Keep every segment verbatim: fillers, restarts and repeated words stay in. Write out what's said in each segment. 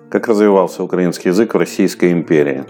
Как развивался украинский язык в Российской империи?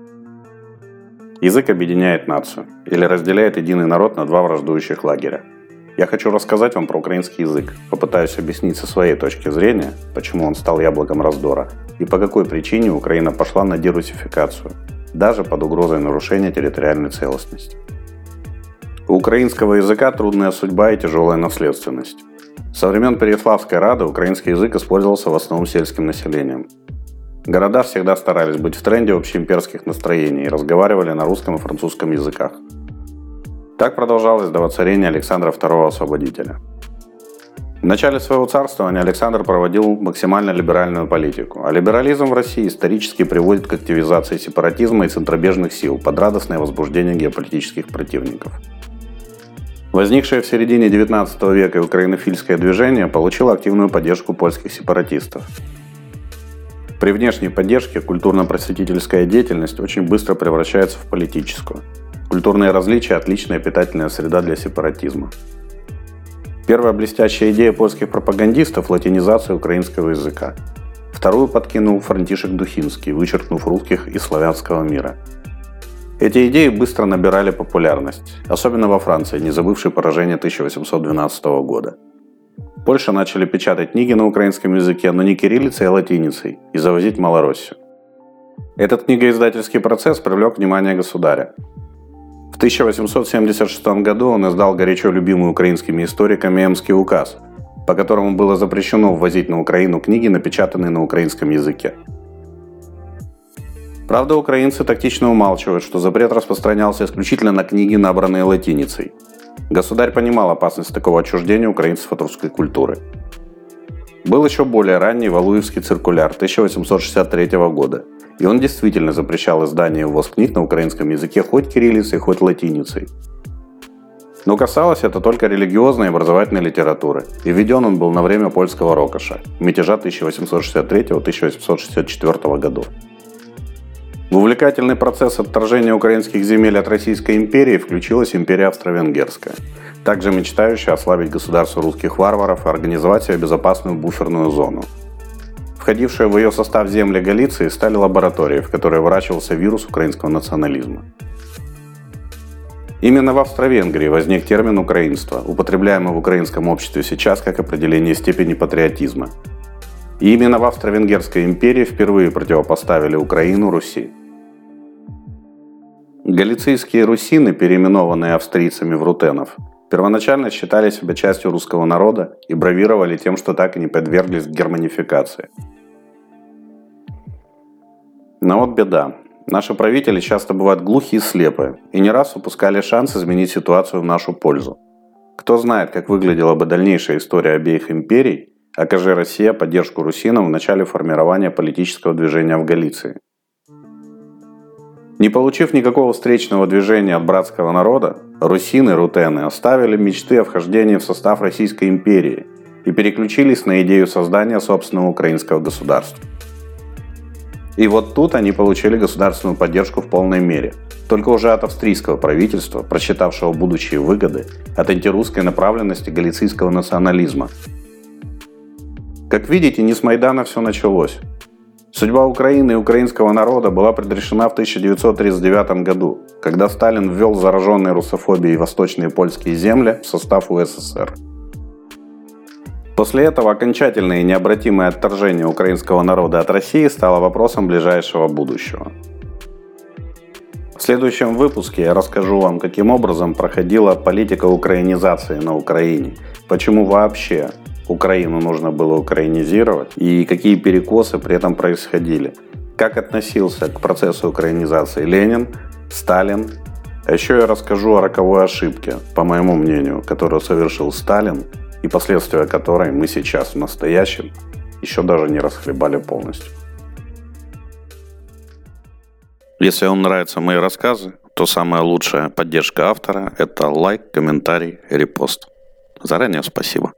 Язык объединяет нацию или разделяет единый народ на два враждующих лагеря. Я хочу рассказать вам про украинский язык, попытаюсь объяснить со своей точки зрения, почему он стал яблоком раздора и по какой причине Украина пошла на дерусификацию, даже под угрозой нарушения территориальной целостности. У украинского языка трудная судьба и тяжелая наследственность. Со времен Переяславской Рады украинский язык использовался в основном сельским населением. Города всегда старались быть в тренде общеимперских настроений и разговаривали на русском и французском языках. Так продолжалось до воцарения Александра второго Освободителя. В начале своего царствования Александр проводил максимально либеральную политику, а либерализм в России исторически приводит к активизации сепаратизма и центробежных сил под радостное возбуждение геополитических противников. Возникшее в середине девятнадцатого века украинофильское движение получило активную поддержку польских сепаратистов. При внешней поддержке культурно-просветительская деятельность очень быстро превращается в политическую. Культурные различия – отличная питательная среда для сепаратизма. Первая блестящая идея польских пропагандистов – латинизация украинского языка. Вторую подкинул Франтишек Духинский, вычеркнув русских из славянского мира. Эти идеи быстро набирали популярность, особенно во Франции, не забывшей поражение тысяча восемьсот двенадцатого года. В Польше начали печатать книги на украинском языке, но не кириллицей, а латиницей, и завозить в Малороссию. Этот книгоиздательский процесс привлек внимание государя. В тысяча восемьсот семьдесят шестом году он издал горячо любимый украинскими историками Эмский указ, по которому было запрещено ввозить на Украину книги, напечатанные на украинском языке. Правда, украинцы тактично умалчивают, что запрет распространялся исключительно на книги, набранные латиницей. Государь понимал опасность такого отчуждения украинцев от русской культуры. Был еще более ранний Валуевский циркуляр тысяча восемьсот шестьдесят третьего года, и он действительно запрещал издание и ввоз книг на украинском языке хоть кириллицей, хоть латиницей. Но касалось это только религиозной и образовательной литературы, и введен он был на время польского рокоша, мятежа тысяча восемьсот шестьдесят третьего — тысяча восемьсот шестьдесят четвёртого годов. В увлекательный процесс отторжения украинских земель от Российской империи включилась империя Австро-Венгерская, также мечтающая ослабить государство русских варваров и организовать себе безопасную буферную зону. Входившие в ее состав земли Галиции стали лабораторией, в которой выращивался вирус украинского национализма. Именно в Австро-Венгрии возник термин «украинство», употребляемый в украинском обществе сейчас как определение степени патриотизма. И именно в Австро-Венгерской империи впервые противопоставили Украину Руси. Галицийские русины, переименованные австрийцами в рутенов, первоначально считали себя частью русского народа и бравировали тем, что так и не подверглись германификации. Но вот беда. Наши правители часто бывают глухи и слепы, и не раз упускали шанс изменить ситуацию в нашу пользу. Кто знает, как выглядела бы дальнейшая история обеих империй, окажи Россия поддержку русинам в начале формирования политического движения в Галиции. Не получив никакого встречного движения от братского народа, русины, рутены оставили мечты о вхождении в состав Российской империи и переключились на идею создания собственного украинского государства. И вот тут они получили государственную поддержку в полной мере, только уже от австрийского правительства, просчитавшего будущие выгоды от антирусской направленности галицийского национализма. Как видите, не с Майдана все началось. Судьба Украины и украинского народа была предрешена в тысяча девятьсот тридцать девятом году, когда Сталин ввел зараженные русофобией восточные польские земли в состав У Эс Эс Эр. После этого окончательное и необратимое отторжение украинского народа от России стало вопросом ближайшего будущего. В следующем выпуске я расскажу вам, каким образом проходила политика украинизации на Украине, почему вообще Украину нужно было украинизировать и какие перекосы при этом происходили. Как относился к процессу украинизации Ленин, Сталин. А еще я расскажу о роковой ошибке, по моему мнению, которую совершил Сталин и последствия которой мы сейчас в настоящем еще даже не расхлебали полностью. Если вам нравятся мои рассказы, то самая лучшая поддержка автора – это лайк, комментарий, репост. Заранее спасибо.